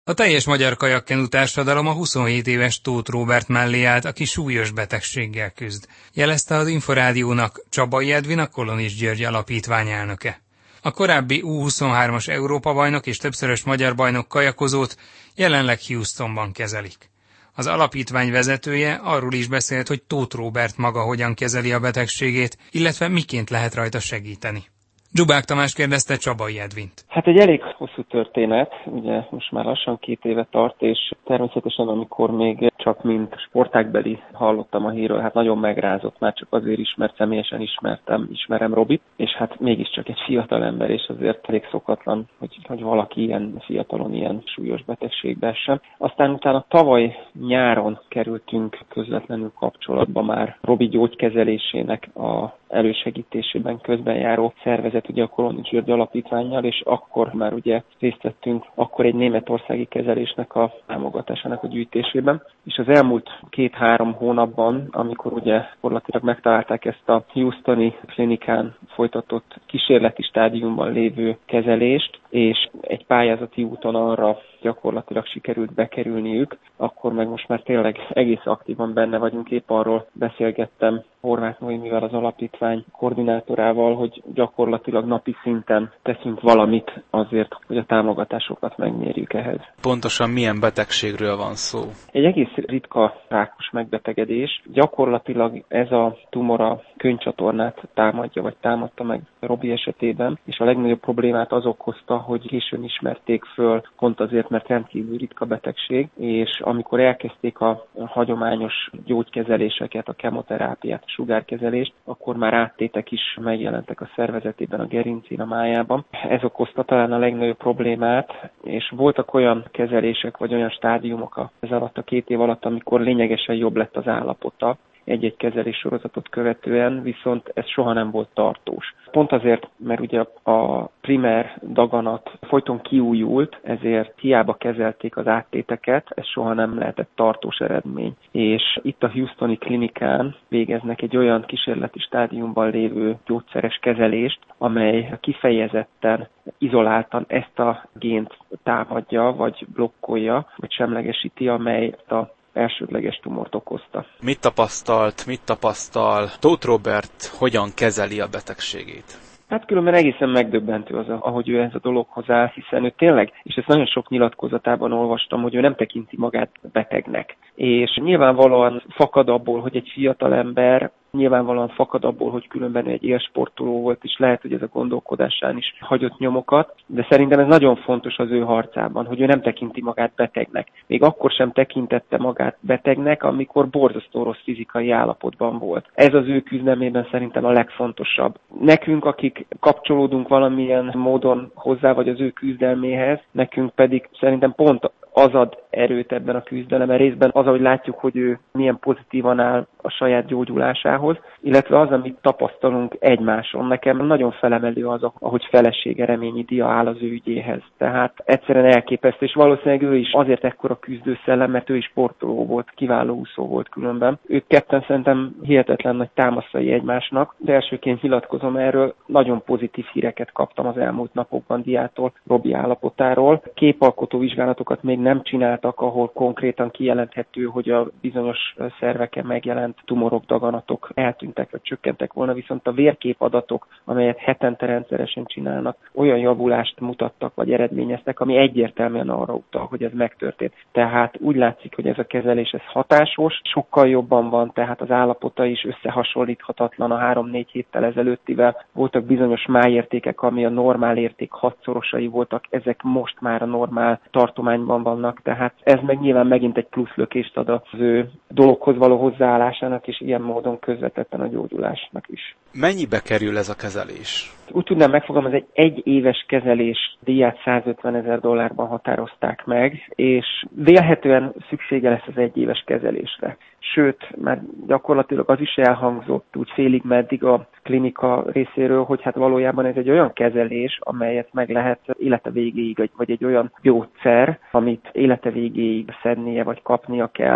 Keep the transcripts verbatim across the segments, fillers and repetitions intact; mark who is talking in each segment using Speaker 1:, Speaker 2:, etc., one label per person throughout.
Speaker 1: A teljes magyar kajakkenu társadalom a huszonhét éves Tóth Róbert mellé állt, aki súlyos betegséggel küzd, jelezte az Inforádiónak Csabai Edvin, a Kolonis György Alapítvány elnöke. A korábbi U huszonhármas Európa-bajnok és többszörös magyar bajnok kajakozót jelenleg Houstonban kezelik. Az alapítvány vezetője arról is beszélt, hogy Tóth Róbert maga hogyan kezeli a betegségét, illetve miként lehet rajta segíteni. Dzsubák Tamás kérdezte Csabai Edvint.
Speaker 2: Hát egy elég hosszú történet, ugye most már lassan két éve tart, és természetesen amikor még csak mint sportágbeli hallottam a hírről, hát nagyon megrázott, már csak azért is, mert személyesen ismertem, ismerem Robit, és hát mégiscsak egy fiatal ember, és azért elég szokatlan, hogy, hogy valaki ilyen fiatalon ilyen súlyos betegségbe essen. Aztán utána tavaly nyáron kerültünk közvetlenül kapcsolatba már Robi gyógykezelésének a elősegítésében közben járó szervezet, ugye a Kolonis György Alapítvánnyal, és akkor már ugye részt vettünk akkor egy németországi kezelésnek a támogatásának a gyűjtésében. És az elmúlt két-három hónapban, amikor ugye gyakorlatilag megtalálták ezt a Houstoni klinikán folytatott kísérleti stádiumban lévő kezelést, és egy pályázati úton arra gyakorlatilag sikerült bekerülniük, akkor meg most már tényleg egész aktívan benne vagyunk. Épp arról beszélgettem Horváth Noémivel, az alapítvány koordinátorával, hogy gyakorlatilag napi szinten teszünk valamit azért, hogy a támogatásokat megmérjük ehhez.
Speaker 3: Pontosan milyen betegségről van szó?
Speaker 2: Egy egész ritka rákos megbetegedés. Gyakorlatilag ez a tumor a könnycsatornát támadja, vagy támadta meg Robi esetében, és a legnagyobb problémát az okozta, hogy későn ismerték föl, pont azért, mert rendkívül ritka betegség, és amikor elkezdték a hagyományos gyógykezeléseket, a kemoterápiát, a sugárkezelést, akkor már áttétek is megjelentek a szervezetében, a gerincén, a májában. Ez okozta talán a legnagyobb problémát, és voltak olyan kezelések, vagy olyan stádiumok ez alatt a két év alatt, amikor lényegesen jobb lett az állapota egy-egy kezelés sorozatot követően, viszont ez soha nem volt tartós. Pont azért, mert ugye a primer daganat folyton kiújult, ezért hiába kezelték az áttéteket, ez soha nem lehetett tartós eredmény. És itt a Houstoni klinikán végeznek egy olyan kísérleti stádiumban lévő gyógyszeres kezelést, amely kifejezetten izoláltan ezt a gént támadja, vagy blokkolja, vagy semlegesíti, amely a elsődleges tumort okozta.
Speaker 3: Mit tapasztalt, mit tapasztal Tóth Róbert, hogyan kezeli a betegségét?
Speaker 2: Hát különben egészen megdöbbentő az, ahogy ő ez a dologhoz áll, hiszen ő tényleg, és ezt nagyon sok nyilatkozatában olvastam, hogy ő nem tekinti magát betegnek. És nyilvánvalóan fakad abból, hogy egy fiatal ember, nyilvánvalóan fakad abból, hogy különben egy élsportoló volt, és lehet, hogy ez a gondolkodásán is hagyott nyomokat, de szerintem ez nagyon fontos az ő harcában, hogy ő nem tekinti magát betegnek. Még akkor sem tekintette magát betegnek, amikor borzasztó rossz fizikai állapotban volt. Ez az ő küzdelmében szerintem a legfontosabb. Nekünk, akik kapcsolódunk valamilyen módon hozzá, vagy az ő küzdelméhez, nekünk pedig szerintem pont az ad erőt ebben a küzdelemben, részben az, ahogy látjuk, hogy ő milyen pozitívan áll a saját gyógyulásához, illetve az, amit tapasztalunk egymáson. Nekem nagyon felemelő az, ahogy felesége Reményi Dia áll az ő ügyéhez. Tehát egyszerűen elképesztő, és valószínűleg ő is azért ekkora küzdőszellem, mert ő is sportoló volt, kiváló úszó volt különben. Ők ketten szerintem hihetetlen nagy támaszai egymásnak, de elsőként nyilatkozom erről, nagyon pozitív híreket kaptam az elmúlt napokban Diától, Robi állapotáról. Képalkotó vizsgálatokat még nem csináltak, ahol konkrétan kijelenthető, hogy a bizonyos szerveken megjelent tumorok, daganatok eltűntek vagy csökkentek volna, viszont a vérképadatok, amelyet hetente rendszeresen csinálnak, olyan javulást mutattak vagy eredményeztek, ami egyértelműen arra utal, hogy ez megtörtént. Tehát úgy látszik, hogy ez a kezelés ez hatásos, sokkal jobban van, tehát az állapota is összehasonlíthatatlan a három-négy héttel ezelőttivel. Voltak bizonyos májértékek, ami a normál érték hatszorosai voltak, ezek most már a normál tartományban vannak, tehát ez meg nyilván megint egy plusz lökést ad az ő dologhoz való hozzáállásának, és ilyen módon közvetetten a gyógyulásnak is.
Speaker 3: Mennyibe kerül ez a kezelés?
Speaker 2: Úgy tudnám megfogalmazni, egy egy éves kezelés díját százötven ezer dollárban határozták meg, és vélhetően szüksége lesz az egy éves kezelésre. Sőt, már gyakorlatilag az is elhangzott úgy félig meddig a klinika részéről, hogy hát valójában ez egy olyan kezelés, amelyet meg lehet élete végéig, vagy egy olyan gyógyszer, amit élete végéig szednie vagy kapnia kell,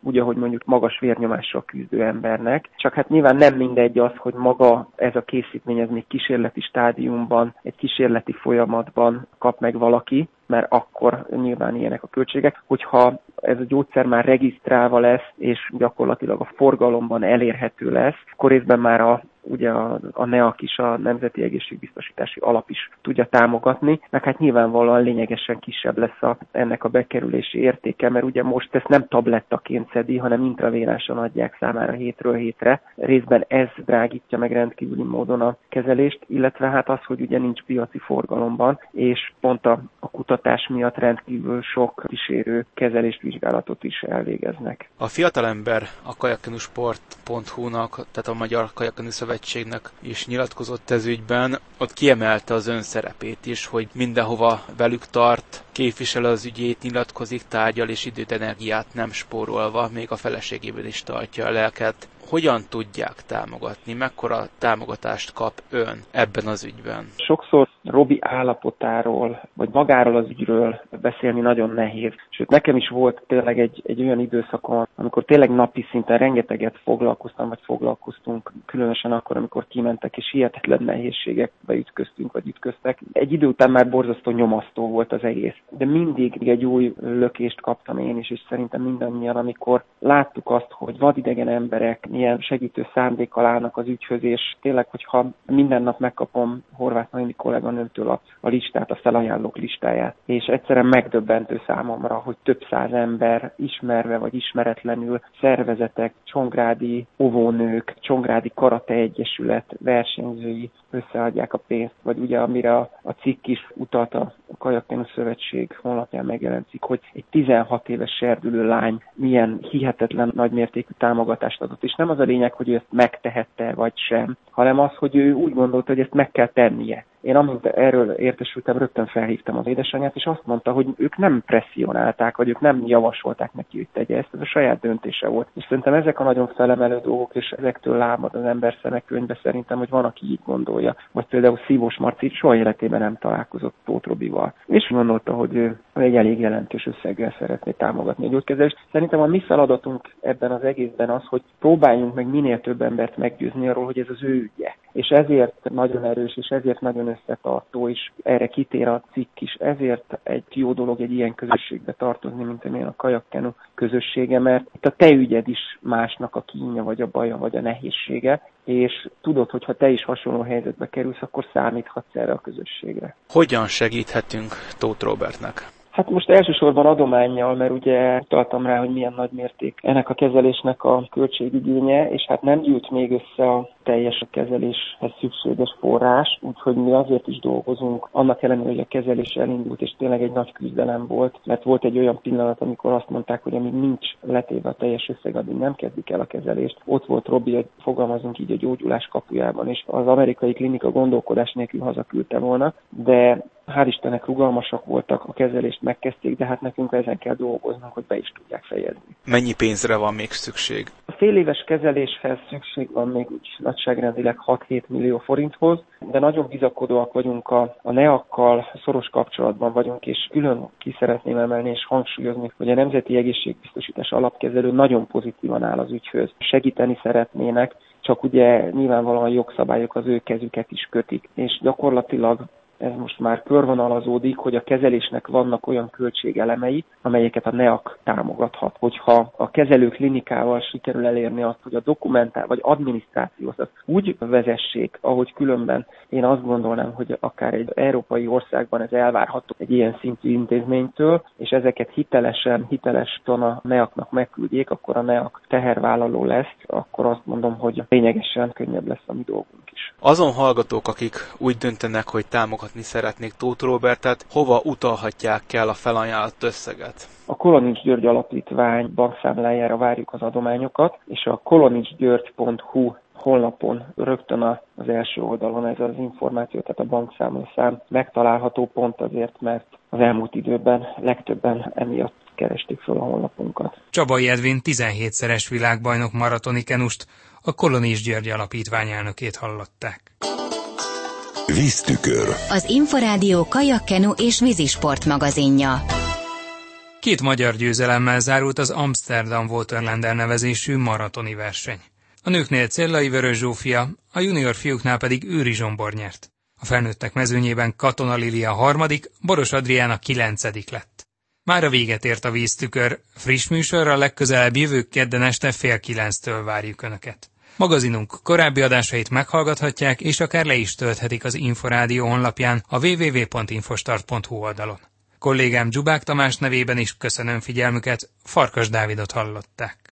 Speaker 2: úgy, ahogy mondjuk magas vérnyomással küzdő embernek. Csak hát nyilván nem mindegy az, hogy maga ez a készítmény, ez még kísérleti stádiumban, egy kísérleti folyamatban kap meg valaki, mert akkor nyilván ilyenek a költségek. Hogyha ez a gyógyszer már regisztrálva lesz, és gyakorlatilag a forgalomban elérhető lesz, akkor részben már a ugye a, a NEAK is, a Nemzeti Egészségbiztosítási Alap is tudja támogatni, meg hát nyilvánvalóan lényegesen kisebb lesz a, ennek a bekerülési értéke, mert ugye most ezt nem tablettaként szedi, hanem intravénásan adják számára hétről hétre. Részben ez drágítja meg rendkívüli módon a kezelést, illetve hát az, hogy ugye nincs piaci forgalomban, és pont a, a kutatás miatt rendkívül sok kísérő kezelést, vizsgálatot is elvégeznek.
Speaker 3: A fiatalember a kajakkenusport pont hu-nak, tehát a Magyar Kajakkenu Szövetségnek is nyilatkozott ez ügyben, ott kiemelte az ön szerepét is, hogy mindenhova velük tart, képvisel az ügyét, nyilatkozik, tárgyal és időt, energiát nem spórolva, még a feleségében is tartja a lelket. Hogyan tudják támogatni? Mekkora támogatást kap ön ebben az ügyben?
Speaker 2: Sokszor Robi állapotáról, vagy magáról az ügyről beszélni nagyon nehéz. Sőt, nekem is volt tényleg egy, egy olyan időszakon, amikor tényleg napi szinten rengeteget foglalkoztam, vagy foglalkoztunk, különösen akkor, amikor kimentek, és hihetetlen nehézségekbe ütköztünk, vagy ütköztek. Egy idő után már borzasztó nyomasztó volt az egész. De mindig egy új lökést kaptam én is, és szerintem mindannyian, amikor láttuk azt, hogy vadidegen emberek milyen segítő szándékkal állnak az ügyhöz, és tényleg, hogyha minden nap megkapom Horváth Noémi kolléganőmtől a, a listát, a felajánlók listáját, és egyszerűen megdöbbentő számomra, hogy több száz ember ismerve vagy ismeretlenül szervezetek, csongrádi óvónők, csongrádi karate egyesület versenyzői összeadják a pénzt, vagy ugye amire a, a cikk is utalt, a Kajakkenu Szövetség honlapján megjelent cikk, hogy egy tizenhat éves serdülő lány milyen hihetetlen nagymértékű támogatást adott. És nem az a lényeg, hogy ő ezt megtehette vagy sem, hanem az, hogy ő úgy gondolta, hogy ezt meg kell tennie. Én amint erről értesültem, rögtön felhívtam az édesanyját, és azt mondta, hogy ők nem presszionálták, vagy ők nem javasolták neki, hogy tegye ezt, ez a saját döntése volt. És szerintem ezek a nagyon felemelő dolgok, és ezektől lámad az ember szeme könyvbe szerintem, hogy van, aki így gondolja. Vagy például Szívós Marci soha életében nem találkozott Tóth Robival. És gondolta, hogy ő egy elég jelentős összeggel szeretné támogatni a gyógykezelést. Szerintem a mi feladatunk ebben az egészben az, hogy próbáljunk meg minél több embert meggyőzni arról, hogy ez az ő ügye. És ezért nagyon erős, és ezért nagyon összetartó is, erre kitér a cikk is, ezért egy jó dolog egy ilyen közösségbe tartozni, mint amilyen a kajakkenu közössége, mert itt a te ügyed is másnak a kínja, vagy a baja, vagy a nehézsége, és tudod, hogy ha te is hasonló helyzetbe kerülsz, akkor számíthatsz erre a közösségre.
Speaker 3: Hogyan segíthetünk Tóth Robertnek?
Speaker 2: Hát most elsősorban adománnyal, mert ugye utaltam rá, hogy milyen nagy mérték ennek a kezelésnek a költségigénye, és hát nem gyűlt még össze a teljes kezeléshez szükséges forrás, úgyhogy mi azért is dolgozunk, annak ellenére, hogy a kezelés elindult, és tényleg egy nagy küzdelem volt, mert volt egy olyan pillanat, amikor azt mondták, hogy amíg nincs letéve a teljes összeg, addig nem kezdik el a kezelést. Ott volt Robi, hogy fogalmazunk így a gyógyulás kapujában, és az amerikai klinika gondolkodás nélkül hazaküldte volna, de hál' Istennek rugalmasak voltak, a kezelést megkezdték, de hát nekünk ezen kell dolgoznunk, hogy be is tudják fejezni.
Speaker 3: Mennyi pénzre van még szükség?
Speaker 2: A fél éves kezeléshez szükség van még úgy nagyságrendileg hat-hét millió forinthoz, de nagyon bizakodóak vagyunk a, a NEAK-kal, szoros kapcsolatban vagyunk, és külön ki szeretném emelni és hangsúlyozni, hogy a Nemzeti Egészségbiztosítás Alapkezelő nagyon pozitívan áll az ügyhöz. Segíteni szeretnének, csak ugye nyilvánvalóan jogszabályok az ő kezüket is kötik, és gyakorlatilag ez most már körvonalazódik, hogy a kezelésnek vannak olyan költségelemei, amelyeket a NEAK támogathat. Hogyha a kezelő klinikával sikerül elérni azt, hogy a dokumentál vagy adminisztrációt azt úgy vezessék, ahogy különben én azt gondolnám, hogy akár egy európai országban ez elvárható egy ilyen szintű intézménytől, és ezeket hitelesen, hitelesen a NEAK-nak megküldjék, akkor a NEAK tehervállaló lesz, akkor azt mondom, hogy lényegesen könnyebb lesz a mi dolgunk is.
Speaker 3: Azon hallgatók, akik úgy döntenek, hogy támogatni szeretnék Tóth Robertet, hova utalhatják el a felajánlott összeget?
Speaker 2: A Kolonics György Alapítvány bankszámlájára várjuk az adományokat, és a kolonicsgyörgy pont hu honlapon rögtön az első oldalon ez az információ, tehát a bankszámlaszám megtalálható, pont azért, mert az elmúlt időben legtöbben emiatt keresték fel a honlapunkat.
Speaker 1: Csabai Edvin tizenhétszeres világbajnok maratoni kenust, a Kolonics György Alapítvány elnökét hallották.
Speaker 4: Víztükör. Az Inforádió kajakkenu és vízisport magazinja.
Speaker 1: Két magyar győzelemmel zárult az Amsterdam Waterland elnevezésű maratoni verseny. A nőknél Czellai Vörös Zsófia, a junior fiúknál pedig Őri Zsombor nyert. A felnőttek mezőnyében Katona Lilia harmadik, Boros Adriána kilencedik lett. Mára véget ért a víztükör, friss műsorral legközelebb jövő kedden este fél kilenctől várjuk Önöket. Magazinunk korábbi adásait meghallgathatják, és akár le is tölthetik az Inforádió honlapján a double-u double-u double-u pont infostart pont hu oldalon. Kollégám Dzsubák Tamás nevében is köszönöm figyelmüket, Farkas Dávidot hallották.